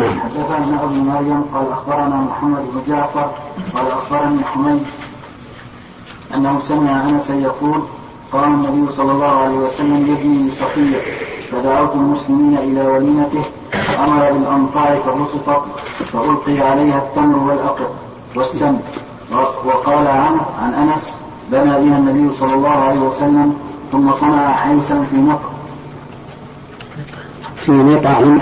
حدثنا أبو مريم قال أخبرنا محمد بن جعفر قال أخبرني حميد أنه سمع أنسا يقول قال النبي صلى الله عليه وسلم يبني صفية فدعوت المسلمين إلى وليمته فأمر بالأنطار فبسطت فألقي عليها التمر والأقط والسمك. وقال عن أنس بنى بها النبي صلى الله عليه وسلم ثم صنع حيثا في مطعم.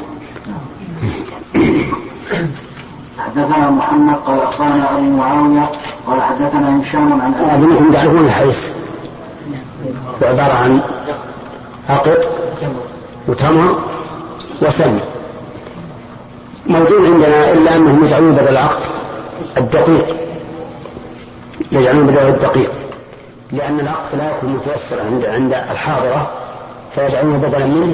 حدثنا محمد قال أخبرنا أبو معاوية قال حدثنا هشام عن أظنكم تعرفون الحيث عبارة عن أقط وتمر وسمك موجود عندنا، إلا أنهم يجعلون بدل العقد الدقيق، يجعلون بدل الدقيق، لأن العقد لا يكون متيسر عند الحاضرة، فيجعلون بدلا منه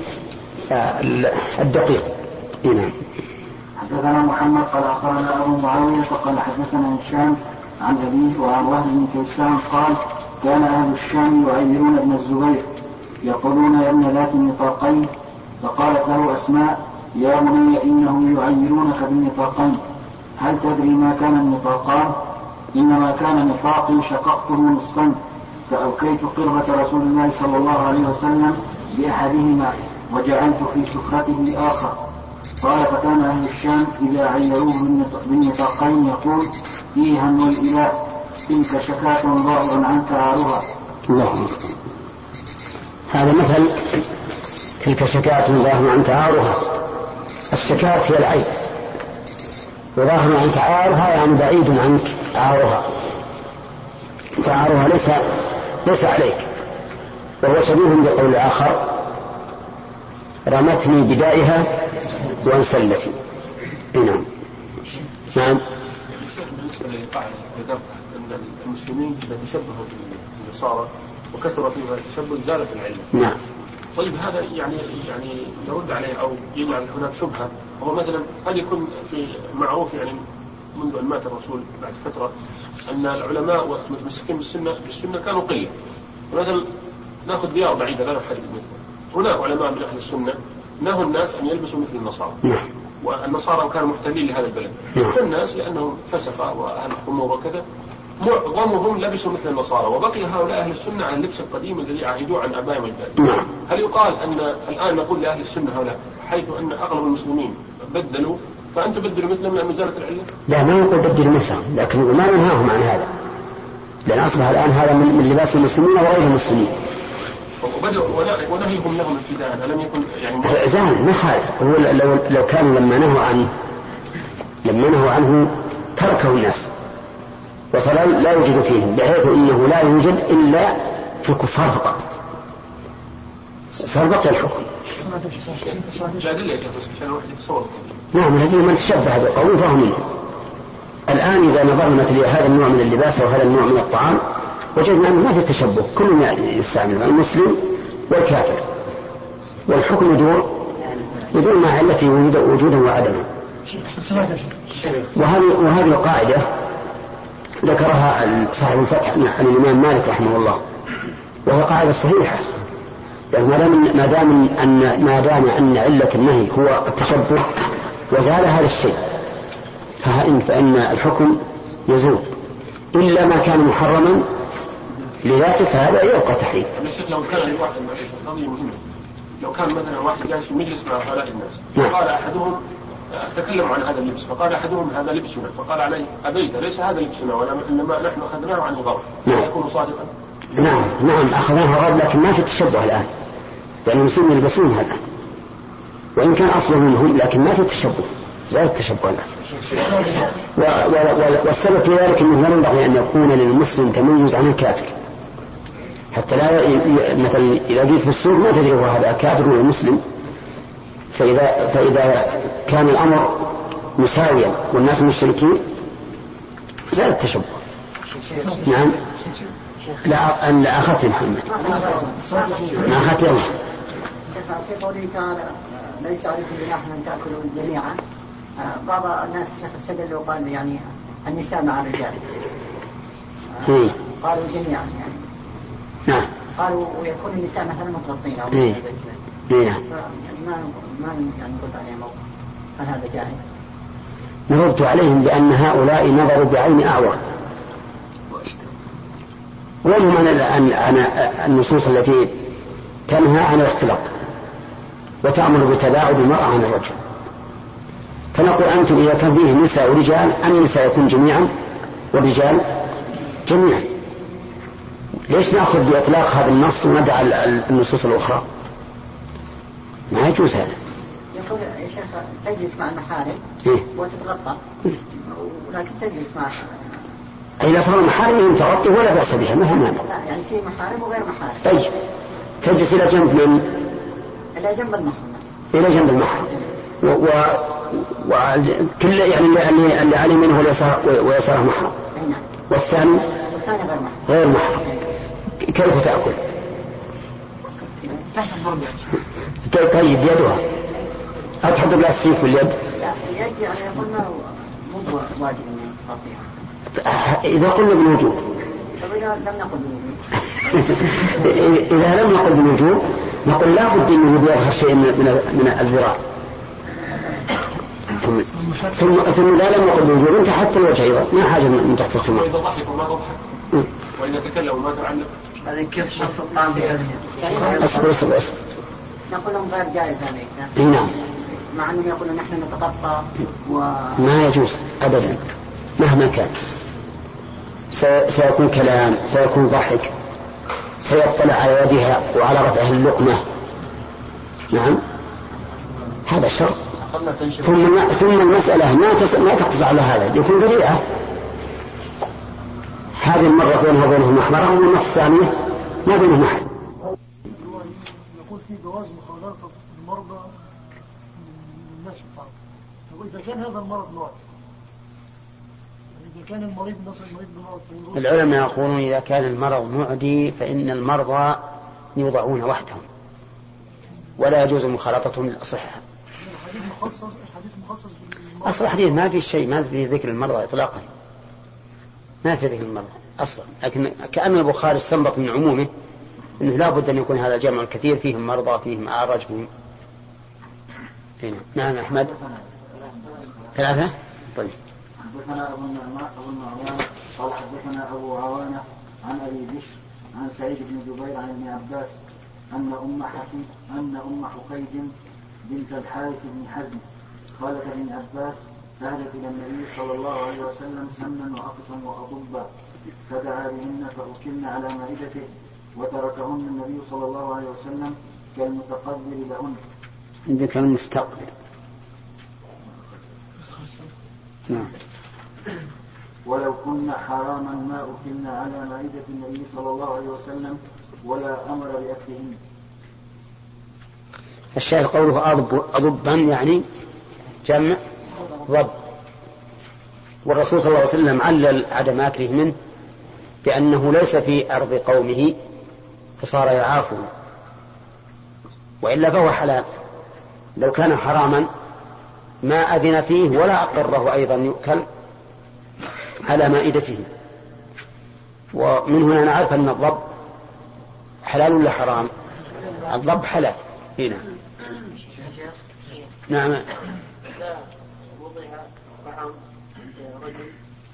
الدقيق. نعم. حدثنا محمد قال أخبرنا أبو معاوية قال حدثنا هشام عن أبيه وعن وهب بن كيسان قال كان أهل الشام يعيرون ابن الزبير يقولون يا ابن ذات النطاقين، فقالت له أسماء يا بني إنهم يعيرونك بالنطاقين، هل تدري ما كان النطاقان؟ إنما كان نطاقي شققته نصفين فأوكيت قربة رسول الله صلى الله عليه وسلم بأحدهما وجعلت في سفرته آخر. قال فكان أهل الشام إذا عيروه بالنطاقين يقول إيها والإله تلك شكاة ضائع عنك عارها. الله. هذا مثل تلك شكاة ضائع عنك عارها. الشكاة هي العيب، وظاهر عنك عارها يعني بعيد عنك عارها، فعارها ليس عليك. وهو شبيه بقول الآخر رمتني بدائها وانسلتي. نعم. نعم. بالنسبة للقاعدة ذكرت أن المسلمين يتشبهوا بالنصارى وكثر فيها التشبه زالت العلة. نعم. طيب هذا يعني يرد عليه أو يجعل هناك شبهة، هو مثلا هل يكون في معروف يعني منذ أن مات الرسول بعد فترة أن العلماء والمتمسكين بالسنة كانوا قلة، مثلا نأخذ ديار بعيدة لا نحدد مثله، هناك علماء من أهل السنة نهوا الناس أن يلبسوا مثل النصارى، والنصارى كانوا محتلين لهذا البلد، فالناس لأنهم فسقة وأهل الخمور وكذا معظمهم لبسوا مثل النصارى، وبقي هؤلاء أهل السنة على اللبس القديم الذي عهدوه عن آبائهم الأجداد. هل يقال أن الآن نقول لأهل السنة هؤلاء حيث أن أغلب المسلمين بدلوا فأنتم بدلوا مثلهم لأن زالت العلة؟ لا، ما نقول بدلوا مثلهم، لكن ما ننهاهم عن هذا، لأن أصبح الآن هذا من لباس المسلمين وغير المسلمين. ونهيهم لهم ابتداء ألم يكن يعني زال ما خالف. هو لو كان لما نهوا عنه تركه الناس وصار لا يوجد فيهم، بحيث إنه لا يوجد إلا في الكفار فقط، صار بقي الحكم. نعم، الذين من تشبه بالقوم فهو منهم. الآن إذا نظرنا مثل هذا النوع من اللباس وهذا النوع من الطعام وجدنا أنه ما في تشبه، كل يستعمل المسلم والكافر، والحكم يدور مع علته وجودا وعدما. وهذه القاعدة ذكرها صاحب الفتح عن الإمام مالك رحمه الله، وهي قاعدة صحيحة، لأن ما دام أن علة النهي هو التشبه وزال هذا الشيء فإن الحكم يزول، إلا ما كان محرما لذاته فهذا يبقى تحريم. لو كان الواحد قضية مهمة، لو كان مثلا واحد جالس في مجلس مع هؤلاء الناس فقال أحدهم تكلموا عن هذا اللبس فقال أحدهم هذا لبسنا، فقال عليه أبيت ليس هذا لبسنا وإنما نحن أخذناه عن الغرب، يكون صادقا. نعم أخذناه الغرب، لكن ما في تشبه الآن، لأن المسلمين يلبسون هذا وإن كان أصله منهم، لكن ما في تشبه، زال التشبه الآن. والسبب في ذلك أنه ينبغي أن يكون للمسلم تميز عن الكافر، حتى لا مثلا إذا جيت في السوق ما تدري هو هذا كافر ولا مسلم، فإذا كان الأمر مساويا والناس مشركين زال التشبه. نعم. لا أخذت محمد ما أخذت يوم في قوله تعالى ليس عليكم جناح أن تأكلوا جميعا، بعض الناس استدل وقال يعني النساء مع الرجال، قالوا جميعا يعني. نعم. قالوا ويكون النساء مثلا متغطين أو نعم. ما يعني قلت عليه موقف. هل هذا جائز؟ نرد عليهم بأن هؤلاء نظروا بعين أعور، وهم عن النصوص التي تنهى عن الاختلاط وتأمر بتباعد المرأة عن الرجل. فنقول أنتم إذا كان فيه نساء ورجال النساء يكون جميعا والرجال جميعا، ليش نأخذ بإطلاق هذا النص وندع النصوص الأخرى؟ ما يجوز هذا. يقول يا شيخ تجلس مع المحارم وتتغطى، ولكن تجلس مع إذا صار المحارم متغطي ولا بأس بها، ما هي مانع. لا يعني في محارم وغير محارم. طيب تجلس إلى جنب من؟ إلى جنب المحرم. إلى جنب المحرم وكل يعني اللي علي منه ويساره محرم. نعم. والثاني غير محرم. كيف تأكل؟ تحت الضرب. طيب يدها أو تحط بلاستيك باليد؟ لا اليد يعني قلنا مو واجب أن تعطيها. إذا قلنا بالوجوب. طب إذا لم نقل بالوجوب. إذا لم نقل بالوجوب نقول لا بد أنه يظهر شيء من الذراع. ثم لا لم نقل بالوجوب انت حتى الوجه ايضا ما حاجه من تحت الخمار. واذا ضحك وما تضحك واذا تكلم وما تعلم هذا كيف شرط الطعام بهذه؟ اصبر نقول لهم غير جائز هذا. نعم. مع انهم يقولون نحن نتغطى ما يجوز ابدا مهما كان. سيكون كلام، سيكون ضحك، سيطلع على يدها وعلى رفعها اللقمه. نعم هذا شر. ثم المسألة ما تقتصر على هذا، يكون ذريعة. هذه المرة بينها وبينه محمرة، والمرة الثانية ما بينه محل. يقول في جواز مخالطة المرضى من الناس في الطعام. وإذا كان هذا المرض نوع، إذا كان المريض مثلا مريض بمرض، العلماء يقولون إذا كان المرض معدي فإن المرضى يوضعون وحدهم ولا يجوز مخالطتهم للأصحة. الحديث مخصص أصل الحديث ما في شيء، ما في ذكر المرضى إطلاقا، ما في ذكر المرضى أصلا، لكن كأن البخاري استنبط من عمومه أنه لا بد أن يكون هذا الجمع الكثير فيهم مرضى فيهم أعرج فيهم. نعم أحمد 3. طيب حدثنا أبو النعمان قال حدثنا أبو عوانة عن أبي بشر عن سعيد بن جبير عن ابن عباس أن أم حقيد بنت الحارث بن حزم قالت ابن عباس أهدت إلى النبي صلى الله عليه وسلم سمنا وأقصا وأطبا فدعا بهن فأكلن على مائدته وتركهن النبي صلى الله عليه وسلم كالمتقبل لهن. عندك المستقبل. نعم. ولو كنا حراما ما أكلن على مائدة النبي صلى الله عليه وسلم ولا أمر بأكلهن. الشاهد قوله أضبا يعني جمع ضب، والرسول صلى الله عليه وسلم علل عدم أكله منه بأنه ليس في أرض قومه فصار يعافه، وإلا فهو حلال. لو كان حراما ما أذن فيه ولا أقره أيضا يؤكل على مائدته. ومن هنا نعرف أن الضب حلال ولا حرام؟ الضب حلال هنا. نعم. إذا وضع طعام عند رجل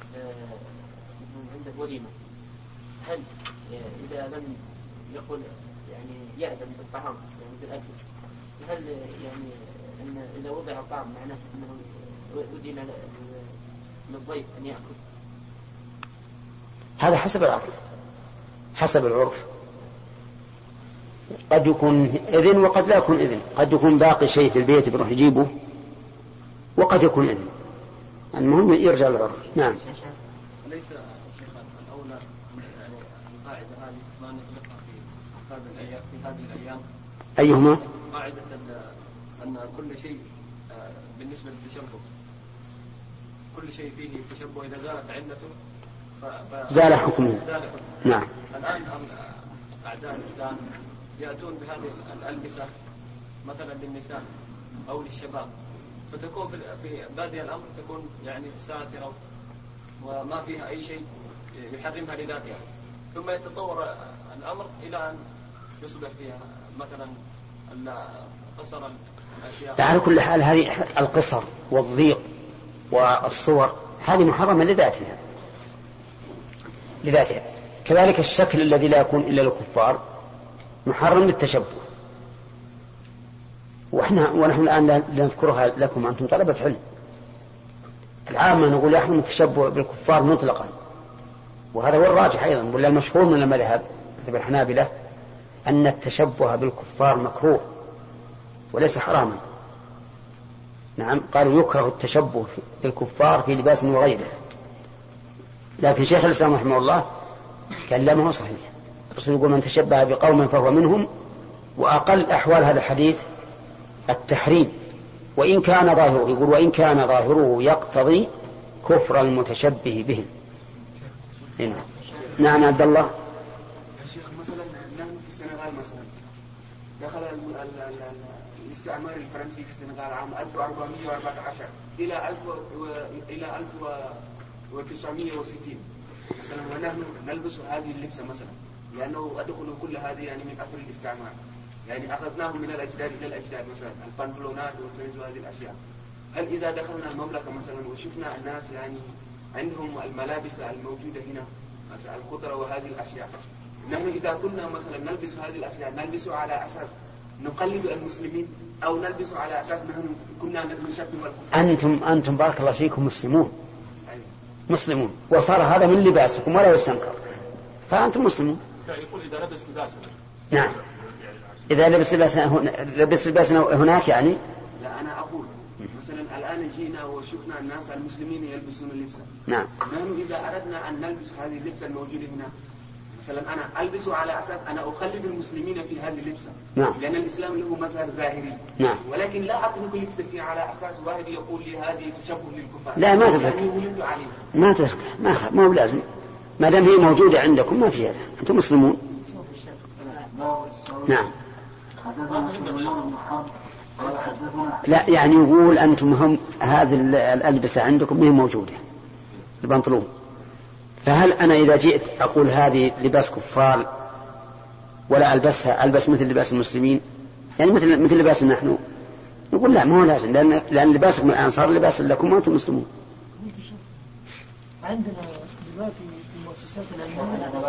عند وليمة، هل إذا لم يقل يعني يأذن بالطعام يعني بالأكل، هل يعني أن إذا وضع الطعام معناه أنه أذن للضيف أن يأكل؟ هذا حسب العرف، حسب العرف. قد يكون إذن وقد لا يكون إذن، قد يكون باقي شيء في البيت بنروح يجيبه وقد يكون إذن. المهم يرجع للعرف. نعم. ليس شيخ الأولى يعني القاعدة هذه ما نطلقها في هذه الأيام؟ أيهما؟ قاعدة أن كل شيء بالنسبة للتشبه كل شيء فيه تشبه إذا زالت علته زال حكمه. نعم. الآن أعداء الإسلام يأتون بهذه الألبسة مثلا للنساء أو للشباب، فتكون في بادئ الأمر تكون يعني ساترة وما فيها أي شيء يحرمها لذاتها، ثم يتطور الأمر إلى أن يصبح فيها مثلا قصر الأشياء. على كل حال هذه القصر والضيق والصور هذه محرمة لذاتها. كذلك الشكل الذي لا يكون إلا للكفار محرم للتشبه، ونحن الآن لا نذكرها لكم أنتم طلبة علم. العامة نقول يحرم التشبه بالكفار مطلقا، وهذا هو الراجح أيضا، ولا المشهور من المذهب مذهب الحنابلة أن التشبه بالكفار مكروه وليس حراما. نعم، قالوا يكره التشبه بالكفار في لباس وغيره، لكن شيخ الإسلام رحمه الله كلمه صحيح. الرسول يقول من تشبه بقوم فهو منهم، وأقل أحوال هذا الحديث التحريم، وإن كان ظاهره، يقول وإن كان ظاهره يقتضي كفر المتشبه بهم. هنا. نعم عبد الله. يا شيخ مثلا نحن في السنغال مثلا دخل الاستعمار الفرنسي في السنغال عام 1414 إلى 1960 مثلا، ونحن نلبس هذه اللبسة مثلا لأنه أدخل كل هذه يعني من أثر الاستعمار، يعني أخذناه من الأجداد إلى الأجداد، مثلا البنطلونات والسميز وهذه الأشياء. هل إذا دخلنا المملكة مثلا وشفنا الناس يعني عندهم الملابس الموجودة هنا مثلا الخضرة وهذه الأشياء، نحن إذا كنا مثلا نلبس هذه الأشياء نلبس على أساس نقلد المسلمين أو نلبس على أساس نحن كنا نشبه أنتم بارك الله فيكم مسلمون. مسلمون، وصار هذا من لباسكم ولا يستنكر، فأنتم مسلمون. يقول إذا لبس لباسنا. نعم، إذا لبس لباسنا هناك يعني. لا، أنا أقول مثلا الآن جينا وشفنا الناس المسلمين يلبسون اللبسة. نعم. نحن إذا أردنا أن نلبس هذه اللبسة الموجودة هنا، مثلا أنا ألبس على أساس أنا أقلد المسلمين في هذه اللبسة. نعم. لأن الإسلام له مظهر ظاهري. نعم. ولكن لا أترك لبستي على أساس واحد يقول لي هذه تشبه للكفار. لا، ما تترك. ما تترك، ما هو لازم، ما دام هي موجودة عندكم ما فيها، أنتم مسلمون. نعم. لا، يعني يقول أنتم هم هذه الألبسة عندكم ما هي موجودة، البنطلون، فهل أنا إذا جئت أقول هذه لباس كفار ولا ألبسها، ألبس مثل لباس المسلمين، يعني مثل لباس نحن؟ نقول لا، ما هو لازم، لأن لباسكم الآن صار لباس لكم وأنتم مسلمون. عندنا دلوقتي المؤسسات العلمية.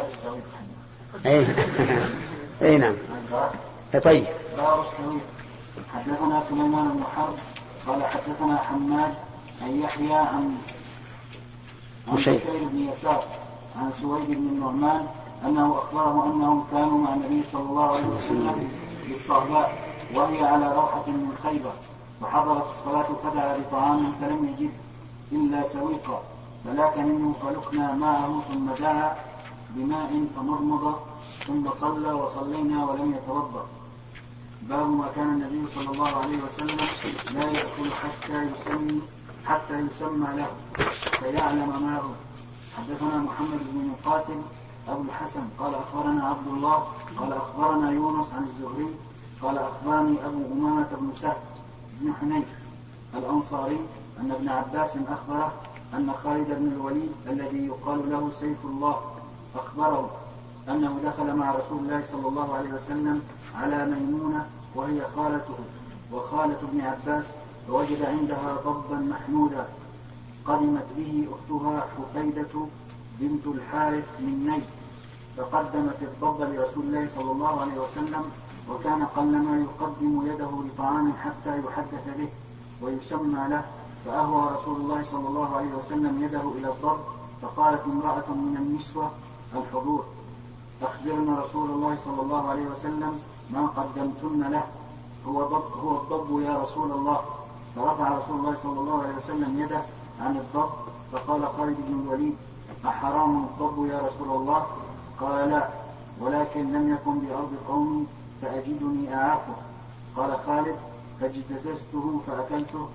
أي نعم. طيب. حدثنا سليمان بن حرب قال حدثنا حماد عن يحيى عن بشير بن يسار عن سويد بن النعمان أنه أخبره أنهم كانوا مع النبي صلى الله عليه وسلم بالصهباء وهي على روحة من خيبر، فحضرت الصلاة فدعا بطعام فلم يجد إلا سويقا، فلاك منه فلقنا معه ثم دعا بماء فمضمض ثم صلى وصلينا ولم يتوضأ. باب ما كان النبي صلى الله عليه وسلم لا يأكل حتى يسمى له فيعلم ما هو. حدثنا محمد بن مقاتل أبو الحسن قال أخبرنا عبد الله قال أخبرنا يونس عن الزهري قال أخبرني أبو أمامة بن سهل بن حنيف الأنصاري أن ابن عباس أخبره أن خالد بن الوليد الذي يقال له سيف الله أخبره أنه دخل مع رسول الله صلى الله عليه وسلم على ميمونة وهي خالته وخالة ابن عباس، فوجد عندها ضبا محمودا قدمت به أختها حفيدة بنت الحارث من نيد، فقدمت الضب لرسول الله صلى الله عليه وسلم، وكان قلما يقدم يده لطعام حتى يحدث به ويسمى له، فأهوى رسول الله صلى الله عليه وسلم يده إلى الضب، فقالت امرأة من النسوة الحضور أخبرنا رسول الله صلى الله عليه وسلم ما قدمتن له، هو الضب يا رسول الله. فرفع رسول الله صلى الله عليه وسلم يده عن الضب، فقال خالد بن الوليد أحرام الضب يا رسول الله؟ قال لا، ولكن لم يكن بأرض قومي فأجدني أعافه. قال خالد فاجتززته فأكلته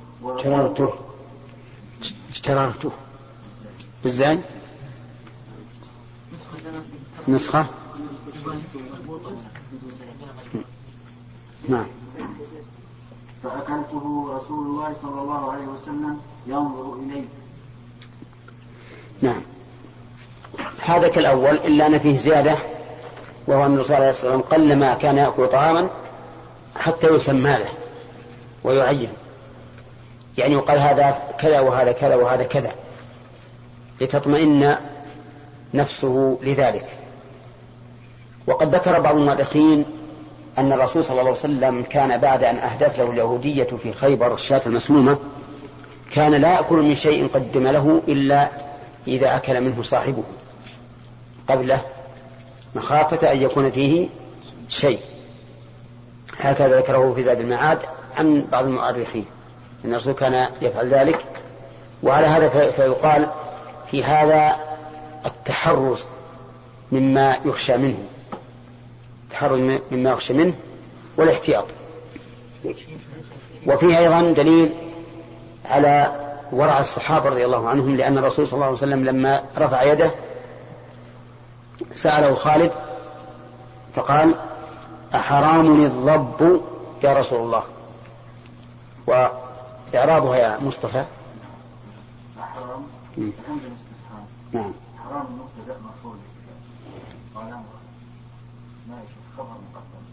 اشتررته بالزاي نسخة. نعم. فأكلته رسول الله صلى الله عليه وسلم ينظر إليه. نعم. هذا كالأول إلا أن فيه زيادة، وهو أن الرسول صلى الله عليه وسلم قل ما كان يأكل طعاما حتى يسمى له، ويعين، يعني يقال هذا كذا وهذا كذا وهذا كذا لتطمئن نفسه لذلك. وقد ذكر بعض المؤرخين أن الرسول صلى الله عليه وسلم كان بعد أن أهدت له اليهودية في خيبر الشاة المسمومة كان لا يأكل من شيء قدم له إلا إذا أكل منه صاحبه قبله مخافة أن يكون فيه شيء. هكذا ذكره في زاد المعاد عن بعض المؤرخين أن الرسول كان يفعل ذلك. وعلى هذا فيقال في هذا التحرز مما يخشى منه، التحرز مما يخشى منه والاحتياط. وفيه أيضا دليل على ورع الصحابة رضي الله عنهم، لأن الرسول صلى الله عليه وسلم لما رفع يده سأله خالد فقال أحرام الضب يا رسول الله؟ وإعرابها يا مصطفى حرام نعم حرام مبتدأ مفعول قال ما يشوف خبر مقدم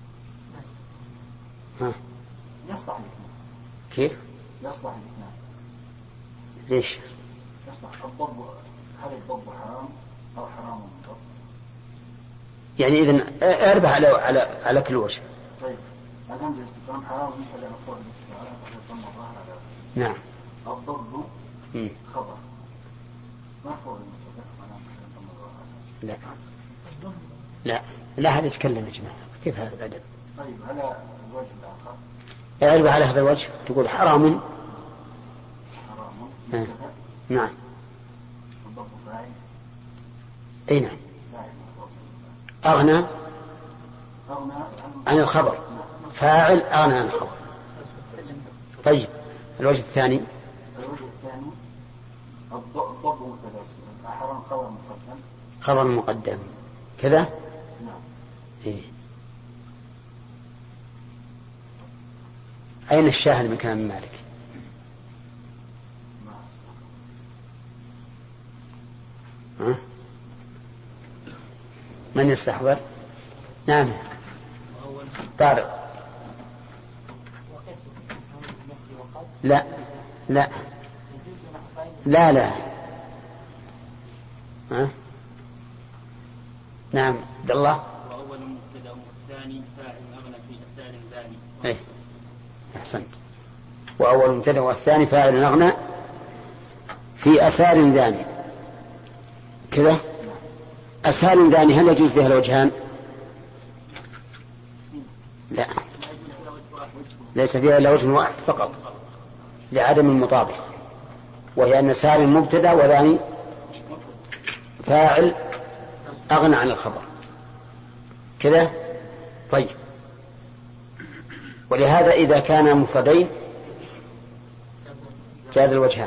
يصلح الاثنين. كيف يصلح الاثنين؟ ليش؟ يصلح الضب، هل الضب حرام أو حرام الضب؟ يعني إذن أربح على كل وجه. طيب الآن الاستفهام حرام مثل مفعول ثم ظهر على نعم. الضب خبر مفعول لا لا لا هذا يتكلم يا جماعة، كيف هذا الأدب؟ طيب على الوجه الآخر أعرب على هذا الوجه تقول حرام نعم الضب فاعل أي نعم أغنى عن الخبر، فاعل أغنى عن الخبر. طيب الوجه الثاني الضب متلازم حرام خبر مقدم، خبر مقدم كذا نعم. إيه. أين الشاهد من كلام مالك؟ ها؟ من يستحضر؟ نعم طارق. لا لا لا لا ها؟ نعم عبد الله. وأول مبتدأ والثاني فاعل أغنى في أسار ثاني. إيه أحسنت. وأول مبتدأ والثاني فاعل أغنى في أسار ثاني كذا. أسار ثاني هل يجوز بها الوجهان؟ لا ليس فيها إلا وجه واحد فقط لعدم المطابق، وهي أن سار مبتدأ وثاني فاعل أغنى عن الخبر كذا. طيب ولهذا إذا كان مفردين جاز الوجهان،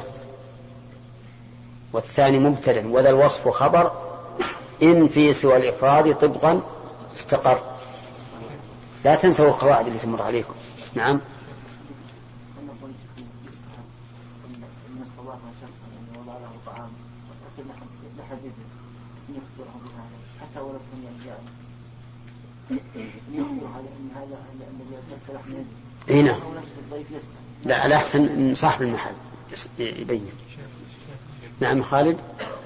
والثاني مبتدأ وذا الوصف خبر إن في سوى الإفراد طبقا استقر. لا تنسوا القواعد اللي تمر عليكم. نعم هنا لا الأحسن صاحب المحل يبين. نعم خالد.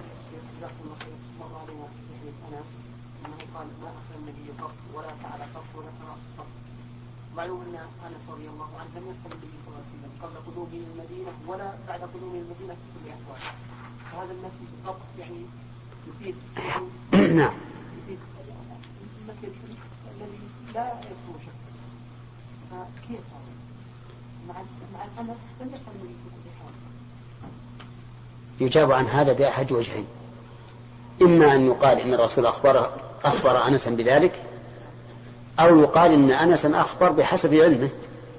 معلوم أن أنس رضي الله عنه لم يسأل النبي صلى الله عليه وسلم قبل قدومه المدينة ولا بعد قدومه المدينة في كل أحوال. وهذا النفي بالضبط يعني يفيد نعم يفيد النفي الذي لا يصير شك. فكيف مع أنس لم يسأل النبي في كل أحوال. يجاب عن هذا بأحد وجهين، إما أن يقال إن الرسول أخبر أنسا بذلك، أو يقال إن أنسا أخبر بحسب علمه.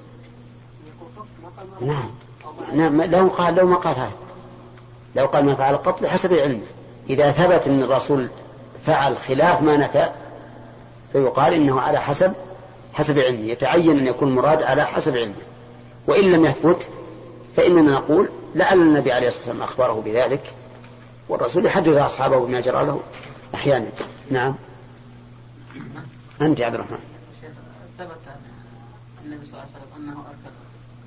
نعم لو ما قال هذا، لو قال ما فعل قط بحسب علمه. إذا ثبت أن الرسول فعل خلاف ما نفى فيقال إنه على حسب علمه، يتعين أن يكون مراد على حسب علمه. وإن لم يثبت فإننا نقول لعل النبي عليه الصلاة والسلام أخبره بذلك، والرسول يحدث أصحابه بما جرى له أحيانا. نعم أنت يا عبد الرحمن. ثبت النبي صلى الله عليه وسلم أنه أركض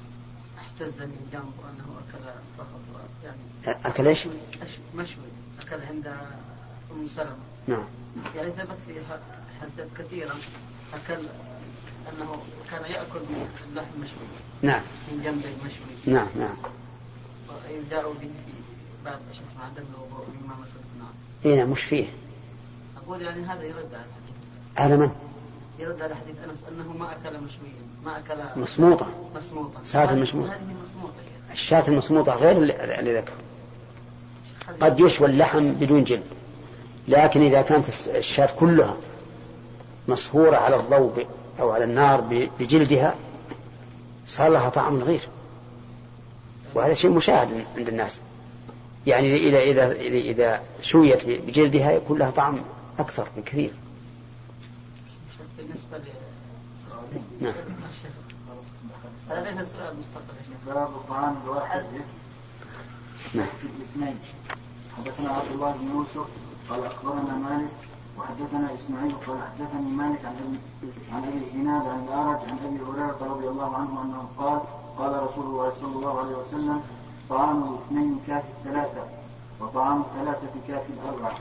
اعتز من جنب أنه أكل فقط يعني أكل إيش؟ مشوي أكل عند أم سلمة. نعم. يعني ثبت في حدث كثيرا أكل أنه كان يأكل من اللحم مشوي. نعم. من جنب المشوي. نعم نعم. ويبدأوا به في باب اسمه عدم الوضوء مما مسلم. نعم. إيه نعم مش فيه. أقول يعني هذا يرد على الحديث. على من؟ يرد على حديث أنس أنه ما أكل مشويا ما أكل مصموطة. شاة المشموطة. هذه مصموطة. الشاة المصموطة غير اللي ذكر. قد يشوى اللحم بدون جلد، لكن إذا كانت الشاة كلها مصهورة على الضوء أو على النار بجلدها صار لها طعم غير، وهذا شيء مشاهد عند الناس. يعني إذا شويت بجلدها يكون لها طعم أكثر بكثير. بالنسبة نعم. هذا ليس سؤال مستقل يا شيخ. باب طعام الواحد نعم. في الاثنين. حدثنا عبد الله بن يوسف قال أخبرنا مالك وحدثنا إسماعيل قال حدثني مالك عن أبي الزناد عن الأعرج عن أبي هريرة رضي الله عنه أنه قال قال رسول الله صلى الله عليه وسلم طعام الاثنين كافي الثلاثة وطعام الثلاثة كافي الأربعة.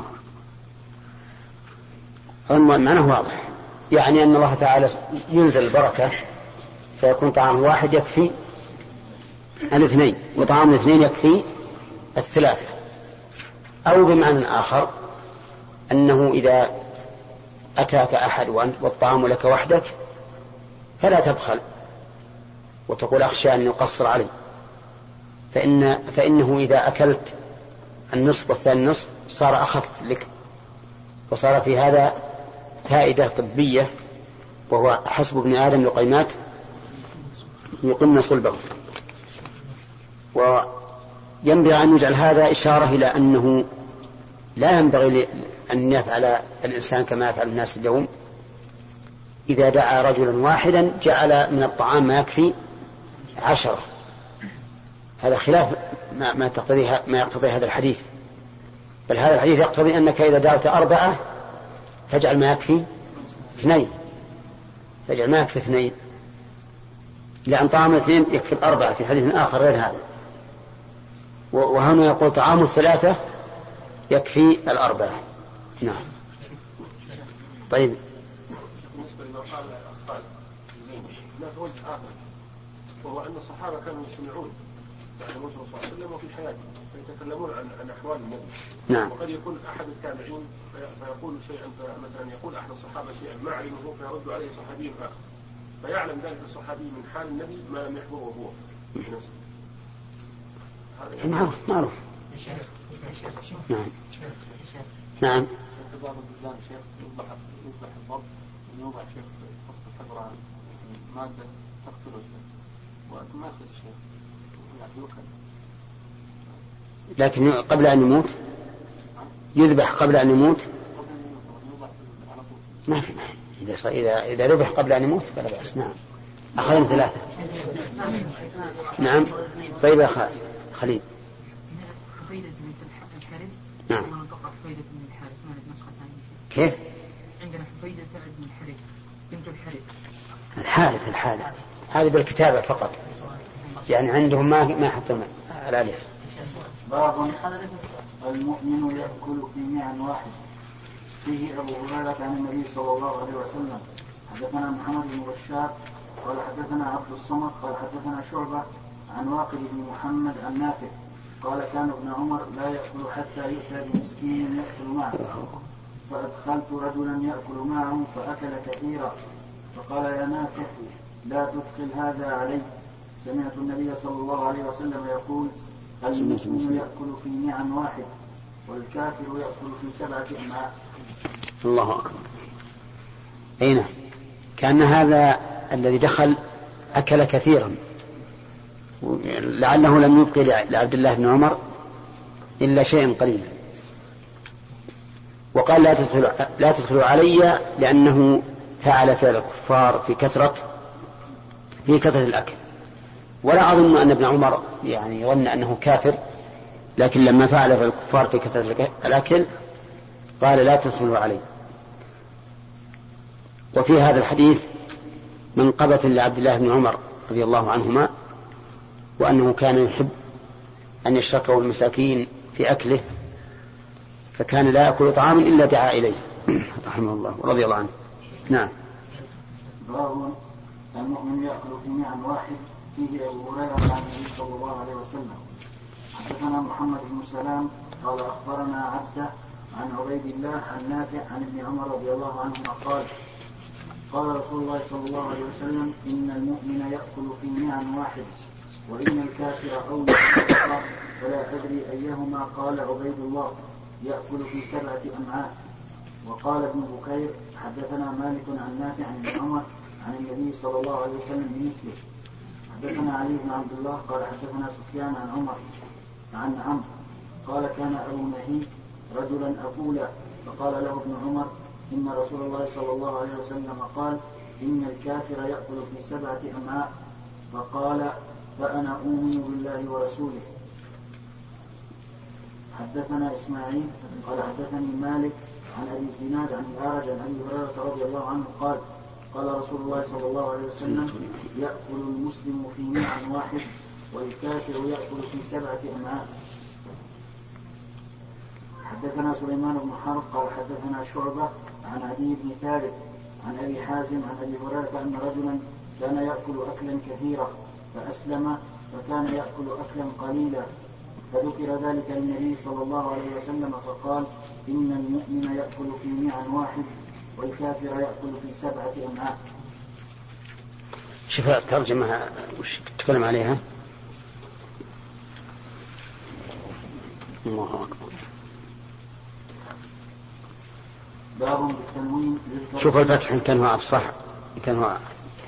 معناه واضح، يعني أن الله تعالى ينزل البركة فيكون طعام واحد يكفي الاثنين وطعام الاثنين يكفي الثلاثة. أو بمعنى آخر أنه إذا أتاك أحد والطعام لك وحدك فلا تبخل وتقول أخشى أن يقصر علي، فإنه إذا أكلت النصف والثاني نصف صار أخف لك، وصار في هذا فائدة طبية، وهو حسب ابن آدم لقيمات يقمن صلبه. وينبغي أن يجعل هذا إشارة إلى أنه لا ينبغي أن يفعل الإنسان كما يفعل الناس اليوم، إذا دعا رجلا واحدا جعل من الطعام ما يكفي 10. هذا خلاف ما يقتضي هذا الحديث، بل هذا الحديث يقتضي أنك إذا دعوت 4 فاجعل ما يكفي 2. فاجعل ما يكفي 2، لأن طعام 2 يكفي 4 في حديث آخر غير هذا. وهنا يقول طعام 3 يكفي 4. نعم. طيب. بالنسبة لما قال أخطاء زين هناك وجه آخر، وهو أن الصحابة كانوا يستمعون بعد موت الرسول صلى الله عليه وسلم وفي حياته فيتكلمون عن أحوال النبي. نعم. وقد يكون أحد التابعين فيقول شيئا، مثلا يقول أحد الصحابة شيئا ما علمه فيرد عليه صحابي آخر، فيعلم ذلك الصحابي من حال النبي ما لم يحضره هو بنفسه. معروف. نعم. نعم. بعض البلدان شيخ يذبح الضب ويوضع شيخ وسط الحجرة مادة تقتله وما يأخذ الشيخ يأكل. لكن قبل أن يموت يذبح قبل أن يموت ما في. إذا ذبح قبل أن يموت فلا بأس. نعم. أخذنا 3. نعم. طيب يا خليل. نعم. كيف؟ عندنا حفيدة سعد بن الحارث بنت الحارث هذه بالكتابة فقط، يعني عندهم ما يحطون الألف. باب المؤمن يأكل في معا واحد. فيه أبو هريرة عن النبي صلى الله عليه وسلم. حدثنا محمد بن بشار قال حدثنا عبد الصمد قال حدثنا شعبة عن واقد بن محمد عن نافع قال كان ابن عمر لا يأكل حتى يؤتى بمسكين يأكل معه، فأدخلت رجلا يأكل معه فأكل كثيرا، فقال يا نافع لا تدخل هذا علي. سمعت النبي صلى الله عليه وسلم يقول المؤمن يأكل في معا واحد والكافر يأكل في 7 أمعاء. الله أكبر. أين كان هذا الذي دخل أكل كثيرا، لعله لم يبقي لعبد الله بن عمر إلا شيئا قليلا، وقال لا تدخلوا علي لأنه فعل فعل الكفار في كثرة الأكل. ولا أظن أن ابن عمر يعني ظن أنه كافر، لكن لما فعل فعل الكفار في كثرة الأكل قال لا تدخلوا علي. وفي هذا الحديث منقبة لعبد الله بن عمر رضي الله عنهما وأنه كان يحب أن يشركه المساكين في أكله، فكان لا يأكل طعاما إلا دعا إليه رحمه الله ورضي الله عنه. نعم. باب المؤمن يأكل في نعم واحد، فيه أبو هريرة عن النبي صلى الله عليه وسلم. حدثنا محمد بن سلام قال أخبرنا عبده عن عبيد الله عن نافع عن ابن عمر رضي الله عنهما قال قال رسول الله صلى الله عليه وسلم: إن المؤمن يأكل في نعم واحد، وإن الكافر أولى بالكفر فلا أدري أيهما. قال عبيد الله: يأكل في 7 أمعاء. وقال ابن بكير: حدثنا مالك عن نافع عن ابن عمر عن النبي صلى الله عليه وسلم بمثله. حدثنا علي بن عبد الله قال حدثنا سفيان عن عمر عن عمرو قال: كان أبو نهيك رجلا أقولا، فقال له ابن عمر: إن رسول الله صلى الله عليه وسلم قال: إن الكافر يأكل في 7 أمعاء. فقال: فأنا أؤمن بالله ورسوله. حدثنا إسماعيل قال حدثني مالك عن أبي زناد عن الأعرج عن أبي هريرة رضي الله عنه قال: قال رسول الله صلى الله عليه وسلم: يأكل المسلم في نعم واحد، والكافر يأكل في 7 أمعاء. حدثنا سليمان بن حرب قال حدثنا شعبة عن عدي بن ثابت عن أبي حازم عن أبي هريرة أن رجلا كان يأكل أكلا كثيرا فأسلم، فكان يأكل أكلا قليلا، فذكر ذلك للنبي صلى الله عليه وسلم فقال: إن المؤمن يأكل في نعم واحد، والكافر يأكل في 7 أمعاء. شوف الترجمة وش تتكلم عليها؟ الله أكبر. باب بالتنوين. شوف الفتح إن كان هو أبصح، إن كان هو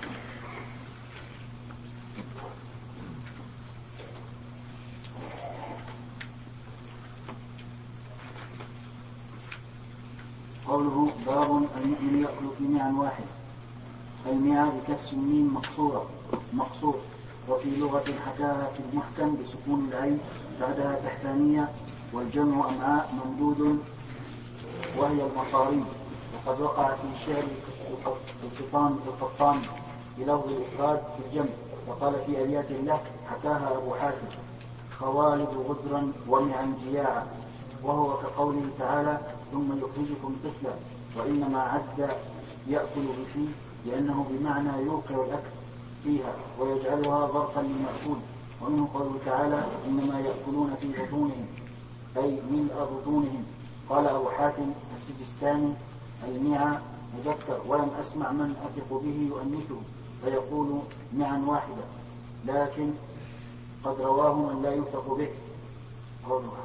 قوله: باب المؤمن يأكل في نعم واحد. المعى بكسر الميم مقصور، وفي لغة حكاها في المحكم بسكون العين بعدها تحتانية، والجمع أمعاء ممدود وهي المصارين. وقد وقع في الشعر القطان بلفظ الإفراد في الجمع، وقال في أبيات له حكاها أبو حاتم: خوالد غزرا ومعا جياعا، وهو كقوله تعالى: ثم يخرجكم طفلا. وإنما عد يأكل بفيه لأنه بمعنى يوقع الأكل فيها ويجعلها ظرفا للمأكول. ومنه قوله تعالى: إنما يأكلون في بطونهم، أي ملء بطونهم. قال أبو حاتم السجستاني: المعى مذكر، ولم أسمع من أثق به يؤنثه فيقول معا واحدة، لكن قد رواه من لا يوثق به. قولها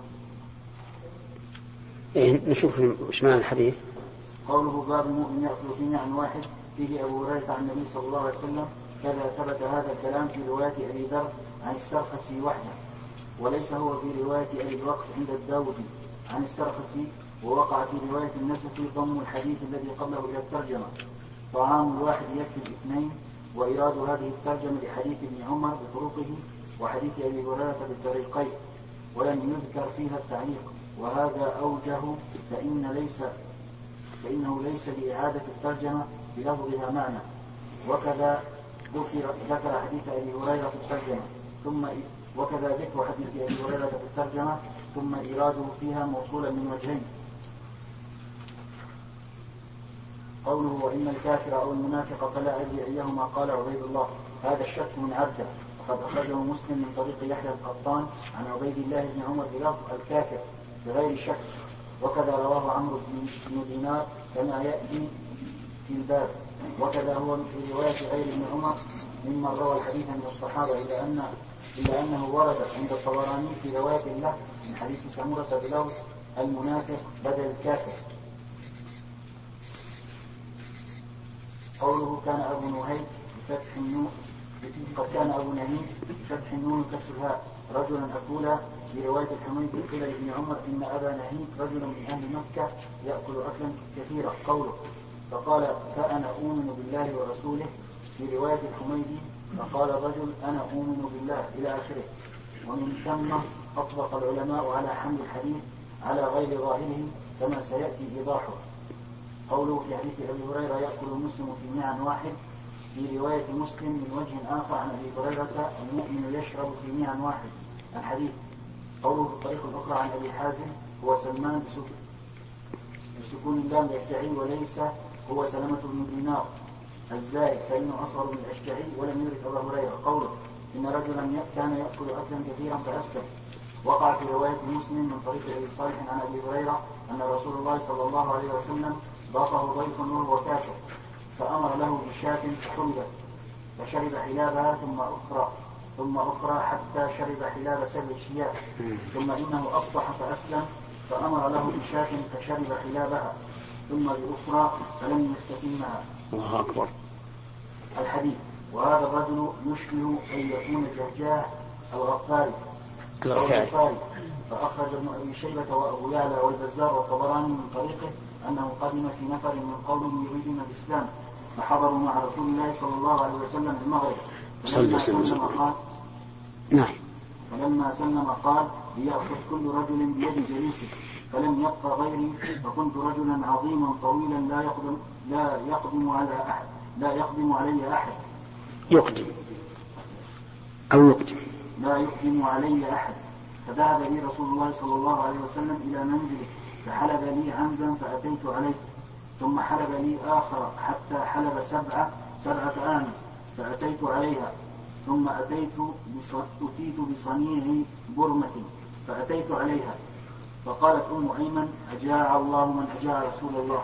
نشوف وش معنى الحديث. قوله: باب المؤمن يأكل في نعم واحد، فيه أبو هريرة عن النبي صلى الله عليه وسلم. كذا ثبت هذا الكلام في رواية أبي ذر عن السرخسي وحده، وليس هو في رواية أبي الوقت عند الداودي عن السرخسي. ووقع في رواية النسفي ضم الحديث الذي قبله إلى الترجمة: طعام الواحد يكفي 2. وإيراد هذه الترجمة لحديث ابن عمر بطرقه وحديث أبي هريرة بالطريقين، ولم يذكر فيها التعليق، وهذا أوجه فإنه ليس لإعادة الترجمة بلفظها معنى. وكذا ذكر حديث أبي هريرة في الترجمة وكذا ذكر حديث أبي هريرة في الترجمة ثم إيراده فيها موصولا من وجهين. قوله: وإن الكافر أو المنافق فلا أدري أيهما. قال عبيد الله: هذا الشك من عبده، وقد أخرجه مسلم من طريق يحيى القطان عن عبيد الله بن عمر بلفظ الكافر بغير شك. وكذا رواه عمرو بن دينار كما يأتي في الباب. وكذا هو في رواية غير ابن عمر ممن روى الحديث من الصحابة، إلا أنه ورد عند الطبراني في رواية له من حديث سمرة بلفظ المنافق بدل الكافر. قوله: كان أبو نهيك بفتح النون قد كان أبو نهيك بفتح النون كسر الهاء رجلا أكولا. في رواية الحميد قيل لابن عمر: إن أبا نهيك رجل من أهل مكة يأكل أكلا كثيرا. قوله: فقال: فأنا أؤمن بالله ورسوله. في رواية الحميدي: فقال الرجل: أنا أؤمن بالله، إلى آخره. ومن ثم أطلق العلماء على حمل الحديث على غير ظاهره كما سيأتي إيضاحه. قوله في حديث أبي هريرة: يأكل المسلم في نعم واحد، في رواية مسلم من وجه آخر عن أبي هريرة المؤمن يشرب في ميعا واحد. الحديث قوله في الطريق الأخرى عن أبي حازم هو سلمان بسكون اللام الأشجعي وليس هو سلمة بن دينار الزائد فإنه أصغر من الأشجعي ولم يدرك أبا هريرة. قوله إن رجلا كان يأكل أكلا كثيرا فأسكت وقع في رواية مسلم من طريق أبي صالح عن أبي هريرة أن رسول الله صلى الله عليه وسلم ضافه ضيف وهو كافر فأمر له بشاة فحلبت فشرب حلابها ثم أخرى حتى شرب حلاب 7 شياه ثم إنه أصبح فأسلم فأمر له بشاة فشرب حلابها ثم بأخرى فلم يستتمها. الله أكبر. الحديث وهذا الرجل يشبه أن يكون جهجاه الغفاري فأخرج ابن أبي شيبة وأبو يعلى والبزار والطبراني من طريقه أنه قدم في نفر من قوم يريدون الإسلام فحضروا مع رسول الله صلى الله عليه وسلم المغرب فلما سلم قال ليأخذ كل رجل بيد جليسه فلم يبق غيري فكنت رجلا عظيما طويلا لا يقدم علي أحد لا يقدم علي أحد فذهب لي رسول الله صلى الله عليه وسلم إلى منزله فحلب لي عنزا فأتيت عليه ثم حلب لي آخر حتى حلب 7 آن فأتيت عليها ثم أتيت بصنيع برمة فأتيت عليها فقالت أم أيمن أجاع الله من أجاع رسول الله.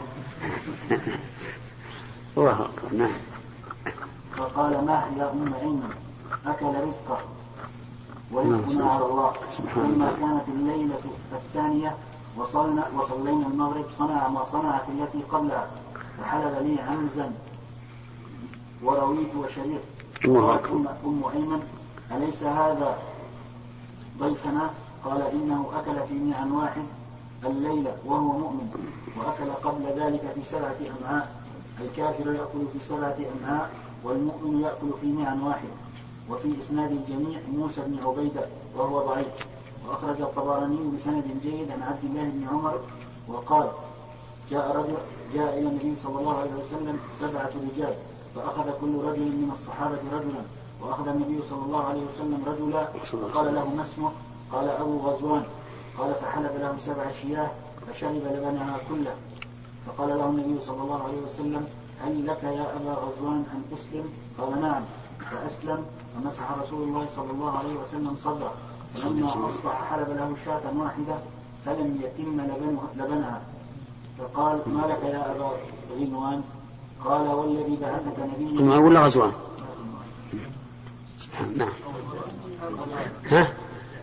الله أكبر. نعم. فقال ما يا أم أيمن أكل رزقه ورزقنا على الله. لما كانت الليلة الثانية وصلينا المغرب صنع ما صنعت التي قبلها فحلب لي عنزا ورويت وشريط. أم أيمن أليس هذا ضيفنا؟ قال إنه أكل في ميعا واحد الليلة وهو مؤمن وأكل قبل ذلك في 7 أمعاء. الكافر يأكل في 7 أمعاء والمؤمن يأكل في ميعا واحد. وفي إسناد الجميع موسى بن عبيدة وهو ضعيف. وأخرج الطبراني بسند جيد عن عبد الله بن عمر وقال جاء إلى النبي صلى الله عليه وسلم 7 رجال فأخذ كل رجل من الصحابة رجلا وأخذ النبي صلى الله عليه وسلم رجلا قال له ما اسمه؟ قال أبو غزوان. قال فحلب له 7 شياه فشرب لبنها كله فقال له النبي صلى الله عليه وسلم هل لك يا أبا غزوان أن تسلم؟ قال نعم فأسلم فمسح رسول الله صلى الله عليه وسلم صدره فلما أصبح حلب له شاة واحدة فلم يتم لبنها فقال ما لك يا أبا غزوان؟ قال والذي بعثك نبيا ما ولا غزوان. سبحان. نعم. ها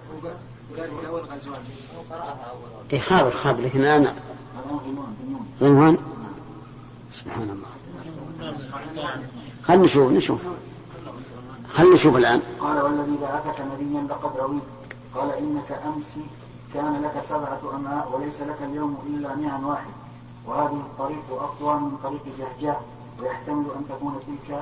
خابر لكن أنا غنوان. سبحان الله. خلنا نشوف الآن. قال والذي بعثك نبيا لقد رويت قال إنك أمس كان لك 7 أمعاء وليس لك اليوم إلا ميعا واحد وهذه الطريق أقوى من طريق جهجاه ويحتمل أن تكون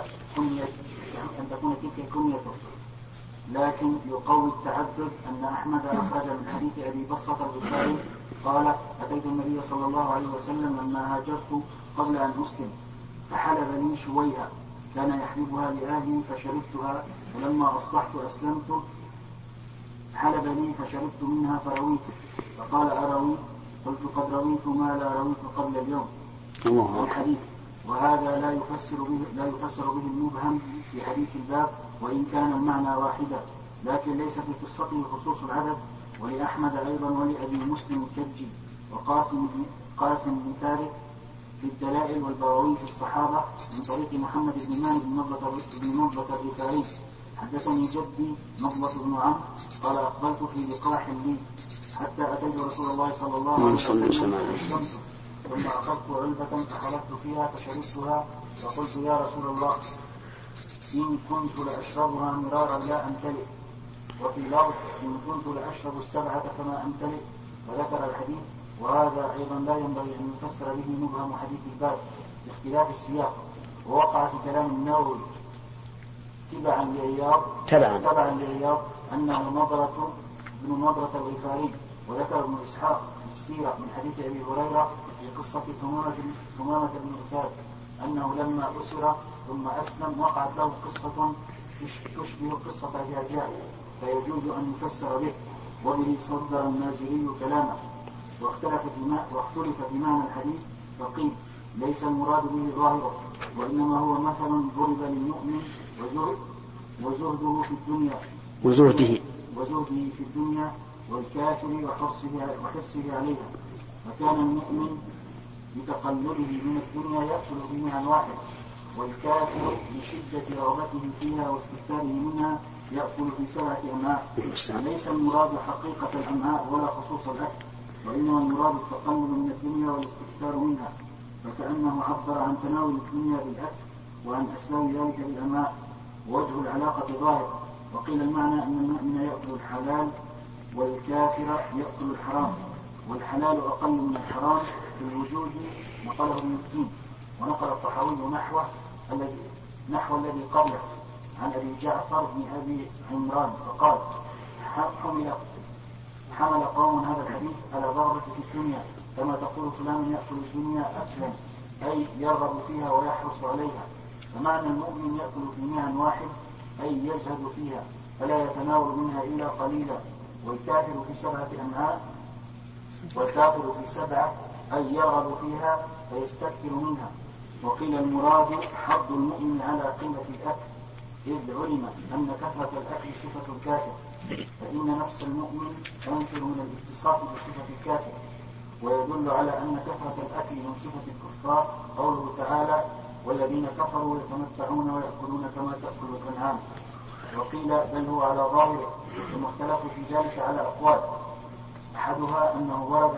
تلك كنيته لكن يقوي التعدد أن أحمد أخرج من حديث أبي بصرة البخاري قال أتيت النبي صلى الله عليه وسلم لما هاجرت قبل أن أسلم فحلب لي شويها كان يحلبها لأهلي فشربتها ولما أصبحت أسلمت حلب لي فشربت منها فرويت فقال أرويت؟ قلت قد رويت ما لا رويت قبل اليوم. الحديث وهذا لا يفسر به المبهم في حديث الباب وإن كان المعنى واحدا لكن ليس في قصته خصوص العدد. ولأحمد أيضا ولأبي مسلم الكجي وقاسم بن ثابت في الدلائل والبراوي في الصحابة من طريق محمد بن مالك بن نضلة الرفاعي حدثني جدي نضلة بن عمرو قال أقبلت في لقاح لي حتى أتيت رسول الله صلى الله عليه وسلم ثم أخذت علبة فحلفت فيها فشربتها فقلت يا رسول الله إن كنت لأشربها مرارا لا أمتلئ وفي لفظ إن كنت لأشرب 7 فما أمتلئ وذكر الحديث. وهذا أيضا لا ينبغي أن يفسر به مبهم حديث الباب باختلاف السياق. ووقع في كلام النووي تبعا لعياض أنه بن نضرة الغفاري وذكر ابن إسحاق في السيرة من حديث أبي هريرة في قصة ثمامة بن أساد أنه لما أسر ثم أسلم وقعت له قصة تشبه قصة جعجاع فيجوز أن يفسر به، وبه صدر النازلي كلامه. واختلف في معنى الحديث فقيل ليس المراد به ظاهره، وإنما هو مثل ضرب للمؤمن وزهده في الدنيا والكافر وحرصه عليها. فكان المؤمن بتقلله من الدنيا يأكل بمعنى واحد، والكافر بشدة رغبته فيها واستكثاره منها يأكل في 7 أمعاء. ليس المراد حقيقة الأمعاء ولا خصوص الأكل، وإنما المراد التقلل من الدنيا والاستكثار منها، فكأنه عبر عن تناول الدنيا بالأكل وعن أسباب ذلك بالأمعاء، ووجه العلاقة ظاهر. وقيل المعنى أن المؤمن يأكل الحلال والكافر يأكل الحرام، والحلال أقل من الحرام في الوجود، نقله ابن التين. ونقل الطحاوي نحو الذي قبله عن أبي جعفر بن أبي عمران فقال حمل قوم هذا الحديث على ضربة في الدنيا، كما تقول فلان يأكل الدنيا أكلا، أي يرغب فيها ويحرص عليها. فمعنى المؤمن يأكل في معنى واحد أي يزهد فيها فلا يتناول منها إلا قليلا، والكافر في 7 أمعاء، والكافر في 7 أي يرغب فيها فيستكثر منها. وقيل المراد حض المؤمن على قلة الأكل، إذ علم أن كثرة الأكل صفة الكافر، فإن نفس المؤمن تنفر من الاتصاف بصفة الكافر. ويدل على أن كثرة الأكل من صفة الكفار قوله تعالى والذين كفروا يتمتعون ويأكلون كما تأكل الأنعام. وقيل بل هو على ظاهره، المختلف في ذلك على أقوال، أحدها أنه ورد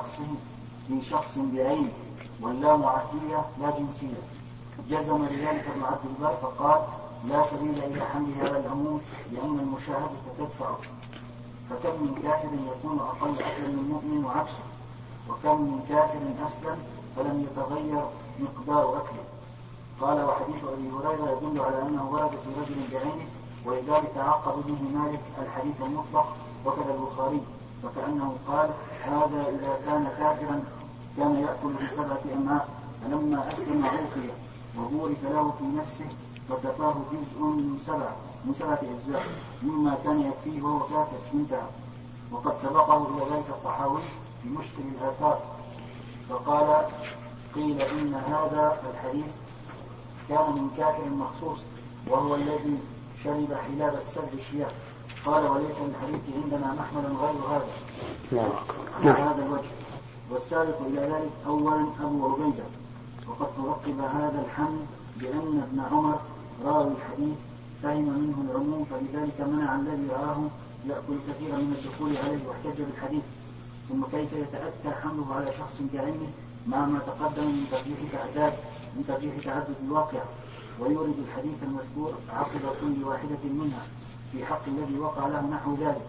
في شخص بعينه، واللام عهدية لا جنسية. جزم لذلك ابن عبد البر فقال لا سبيل إلى حمل هذا العموم لأن المشاهدة تدفعه. فكم من كافر يكون أقل أكلا من المؤمن وعكسه، وكم من كافر أسلم فلم يتغير مقدار أكله. قال وحديث أبي هريرة يدل على أنه ورد في رجل بعينه، ولذلك عقب به مالك الحديث المطلق وكذا البخاري، فكأنه قال هذا إذا كان كافرا كان يأكل في 7 أمعاء، فلما أسلم عوفي وبورك له في نفسه فكفاه جزء من 7 أجزاء مما كان يكفيه وهو كافر انتهى. وقد سبقه إلى ذلك الطحاوي في مشكل الآثار فقال قيل إن هذا الحديث كان من كافر مخصوص وهو الذي شرب حلاب السد شياه. قال وليس الحديث عندنا محملا غير هذا هذا الوجه. والسابق إلى ذلك أولا أبو عبيدة، وقد ترقب هذا الحمل بأن ابن عمر راوي الحديث فهم منه العموم، فلذلك منع الذي رآه يأكل كثيرا من الدخول عليه واحتج بالحديث. ثم كيف يتأتى حمله على شخص كعينه مع ما تقدم من ترجيح تعدد الواقع، ويورد الحديث المذكور عقب كل واحدة منها في حق الذي وقع له نحو ذلك.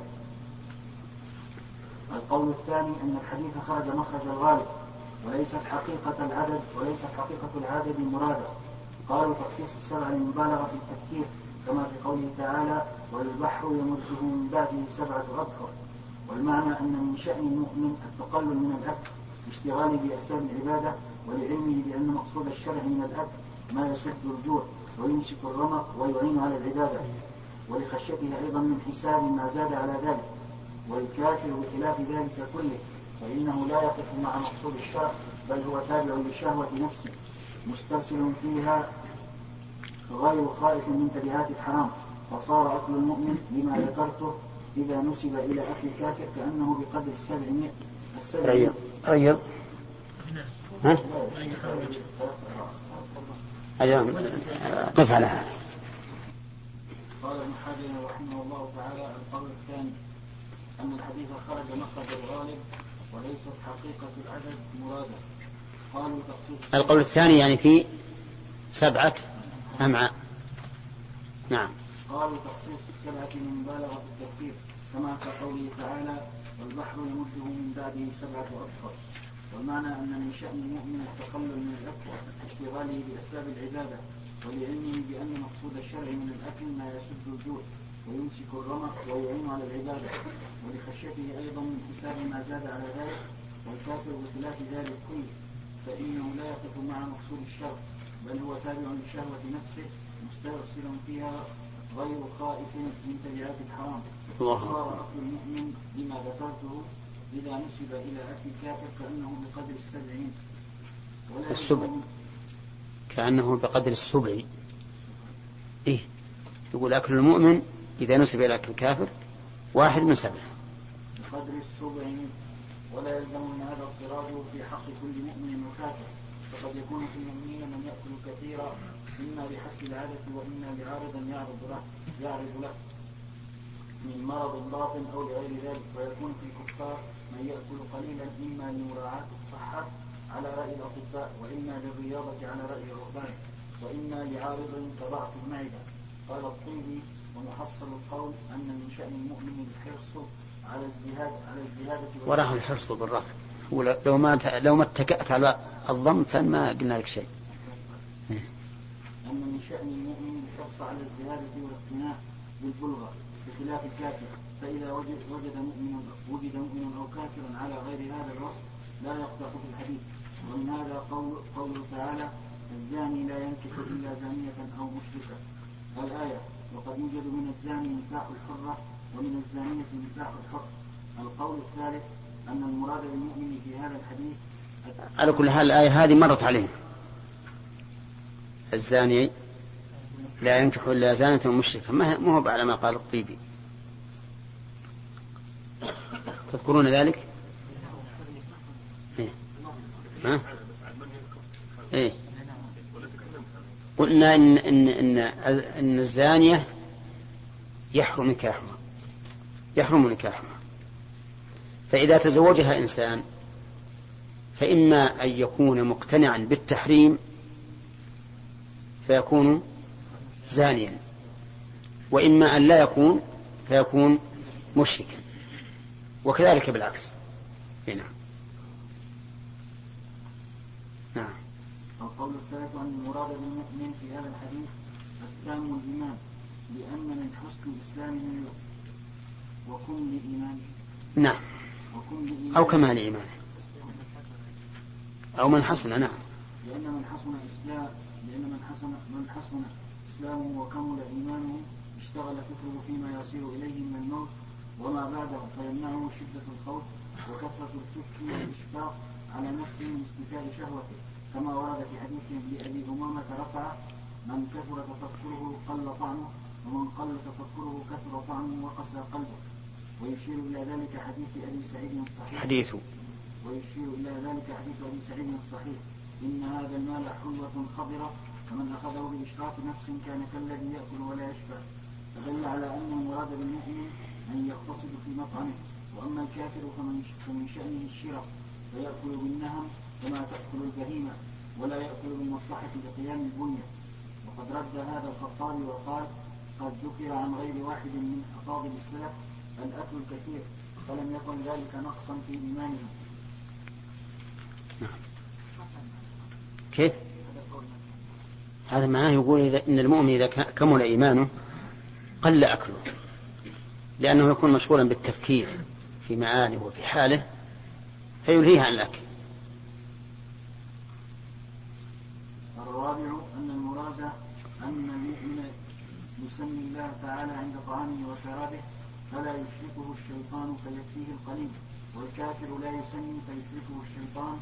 القول الثاني أن الحديث خرج مخرج الغالب وليست حقيقة العدد مرادة. قالوا تخصيص 7 للمبالغة في التفكير كما في قوله تعالى والبحر يمده من بعده 7 أبحر. والمعنى أن من شأن المؤمن التقلل من الأكل لاشتغاله بأسباب العبادة ولعلمه بأن مقصود الشرع من الأكل ما يسد الجوع ويمسك الرمق ويعين على العبادة، ولخشيته أيضا من حساب ما زاد على ذلك. والكافر بخلاف ذلك كله فإنه لا يقف مع مقصود الشرع بل هو تابع لشهوة نفسه مسترسل فيها غير خائف من تبعات الحرام. فصار أكل المؤمن لما ذكرته إذا نسب إلى أكل الكافر كأنه بقدر 700 ريض قف على هذا. قال ابن حجر رحمه الله تعالى القول الثاني أن الحديث خرج مخرج الغالب وليست حقيقة العدد مرادة. قالوا تخصيص القول الثاني يعني في 7 أمعاء. نعم. قالوا تخصيص 7 من مبالغة التفكير كما في قوله تعالى والبحر يمده من بعده 7 أبحر. والمعنى أن من شأن المؤمن التقلل من الأكل اشتغاله بأسباب العبادة ولعلمه بأن مقصود الشرع من الأكل ما يسد الجوع ويمسك الرمق ويعين على العبادة، ولخشيته أيضا من حساب ما زاد على ذلك. والكافر بخلاف ذلك كله فإنه لا يقف مع مقصود الشرع بل هو تابع لشهوة نفسه مسترسل فيها غير خائف من تبعات الحرام. وصار أكل المؤمن بما ذكرته إذا نسب إلى أكل الكافر كأنه بقدر السبع، كأنه بقدر السبع. إيه يقول أكل المؤمن إذا نسب إلى أكل الكافر 1 من 7 بقدر السبع. ولا يلزم من هذا اضطراره في حق كل مؤمن وكافر، فقد يكون في المؤمنين من يأكل كثيرا إما بحسب العادة وإما لعارض يعرض له من مرض باطن أو لغير ذلك، ويكون في الكفار من يأكل قليلا إما لمراعاة الصحة على رأي الأطباء، وإما للرياضة على رأي الرهبان، وإما لعارض كضعف المعدة. قال الطيبي: ومحصل القول أن من شأن المؤمن الحرص على الزيادة وراه الحرص بالرفع. لو ما اتكأت على الضم ما قلنا لك شيء. أن من شأن المؤمن الحرص على الزيادة والاقتناء بالبلغة بخلاف الكافر، فإذا وجد مؤمن أو كافر على غير هذا الوصف لا يقطع في الحديث. ومن هذا قوله تعالى: الزاني لا ينكح إلا زانية أو مشركة الآية. وقد يوجد من الزاني نكاح الحرة ومن الزانية نكاح الحر. القول الثالث أن المراد بالمؤمن في هذا الحديث على كل حال الآية هذه مرت عليه. الزاني لا ينكح إلا زانية ومشركة، ما هو على ما قال الطيبي. تذكرون ذلك؟ إيه؟ قلنا إن الزانية يحرم نكاحها، فإذا تزوجها إنسان فإما أن يكون مقتنعا بالتحريم فيكون زانيا، وإما أن لا يكون فيكون مشركا، وكذلك بالعكس. هنا نعم. القول الثالث أن المراد بالمؤمن في هذا الحديث التام الإيمان، لأن من حسن إسلامه وكمل إيمانه. نعم، أو كمال إيمانه أو من حسن. نعم، لأن من حسن إسلامه وكمل إيمانه اشتغل فكره فيما يصير إليه من الموت وما بعده، فيمنعه شدة الخوف وكثرة الفكر والإشفاق على نفسه من استيفاء شهوته، كما ورد في حديث لأبي أمامة رفع: من كثر تفكره قل طعمه، ومن قل تفكره كثر طعمه وقسى قلبه. ويشير إلى ذلك حديث أبي سعيد الصحيح: إن هذا المال حلوة خضرة، فمن أخذه بإشراف نفس كان كالذي يأكل ولا يشبع. فدل على أن المراد بالمؤمن أن يقتصد في مطعمه. وأما الكافر فمن شأنه الشرف، فيأكل بالنهم كما تأكل البهيمة، ولا يأكل بالمصلحة لقيام البنية. وقد رد هذا الخطابي وقال: قد ذكر عن غير واحد من أفاضل السلف الأكل الكثير، فلم يكن ذلك نقصا في إيمانه. كيف؟ هذا معناه يقول إن المؤمن إذا كمل إيمانه قل أكله، لأنه يكون مشغولا بالتفكير في معانيه وفي حاله فيلهيه عن الأكل. الرابع أن المراد أن المؤمن يسمي الله تعالى عند طعامه وشرابه فلا يشركه الشيطان فيكفيه القليل، والكافر لا يسمي فيشركه الشيطان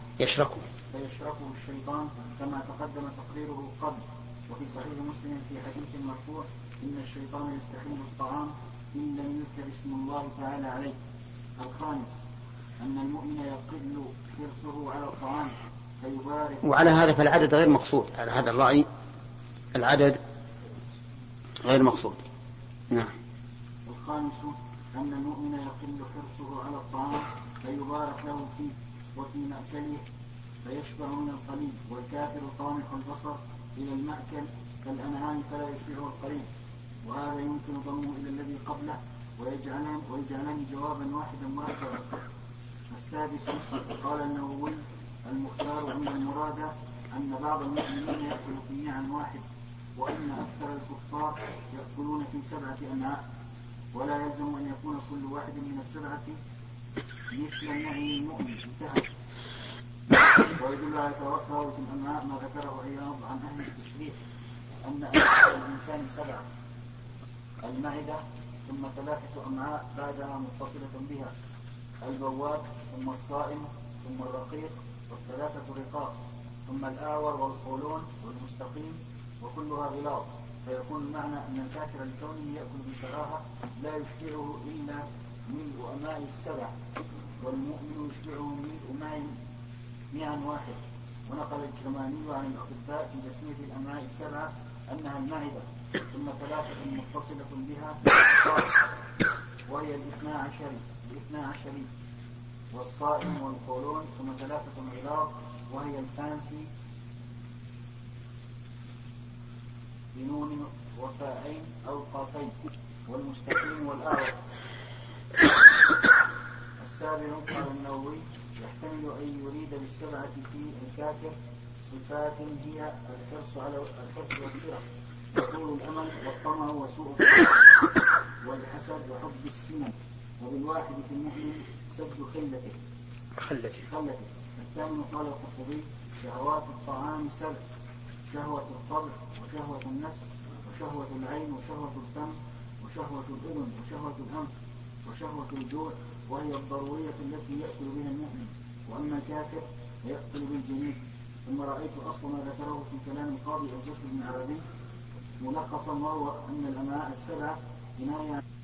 كما تقدم تقريره قبل. وفي صحيح مسلم في حديث مرفوع: إن الشيطان يستحل الطعام إن لم يذكر اسم الله تعالى عليه. الخامس أن المؤمن يقل حرصه على الطعام فيبارك. وعلى هذا فالعدد غير مقصود، على هذا الرأي العدد غير مقصود. نعم. الخامس أن المؤمن يقل حرصه على الطعام فيبارك له فيه وفي مأكله فيشبع من القليل، والكافر طامح البصر إلى المأكل كالأنعام فلا يشبعه القليل. وهذا يمكن ضمه إلى الذي قبله ويجعلان جوابا واحدا مركبا. السادس قال النووي: المختار أن المراد أن بعض المؤمنين يأكل في نعم واحد، وأن أكثر الكفار يأكلون في 7 أنعاء، ولا يلزم أن يكون كل واحد من 7 مثل النعم المؤمن. انتهى. ويدل على تفاوت الأمعاء ما ذكره عياض عن أهل التشريح أن الإنسان 7: المعدة، ثم 3 أمعاء بعدها متصلة بها: البواب، ثم الصائم، ثم الرقيق، والثلاثة رقاق، ثم الآور والقولون والمستقيم، وكلها غلاظ. فيكون المعنى أن الكافر الكوني يأكل بشراهة لا يشبعه إلا ملء أماء 7، والمؤمن يشبعه ملء ماء واحد. ونقل الكرماني عن الأطباء في تسمية الأمعاء 7 أنها المعدة، ثم 3 متصلة بها وهي 12 والصائم والقولون، ثم 3 غلاظ وهي الفانفي بنون وفاءين أو قافين، والمستقيم والأعور. السابع قال النووي: يحتمل أن يريد بالسبعة في الكافر صفات هي الحرص والسرعة وطول الأمل والطمع وسوء الخلق والحسد وحب السنن. وبالواحد في المؤمن سد خلته. الثامن قال القرطبي: شهوات الطعام 7: شهوة الطبع، وشهوة النفس، وشهوة العين، وشهوة الفم، وشهوة الأذن، وشهوة الأنف، وشهوة الجوع، وهي الضرورية التي يأكل بها المؤمن. وأما الكافر فيأكل بالجميع. ثم رأيت أصل ما ذكره في كلام القاضي الجسر بن عربي ملخصا، وهو أن الأمعاء 7 كناية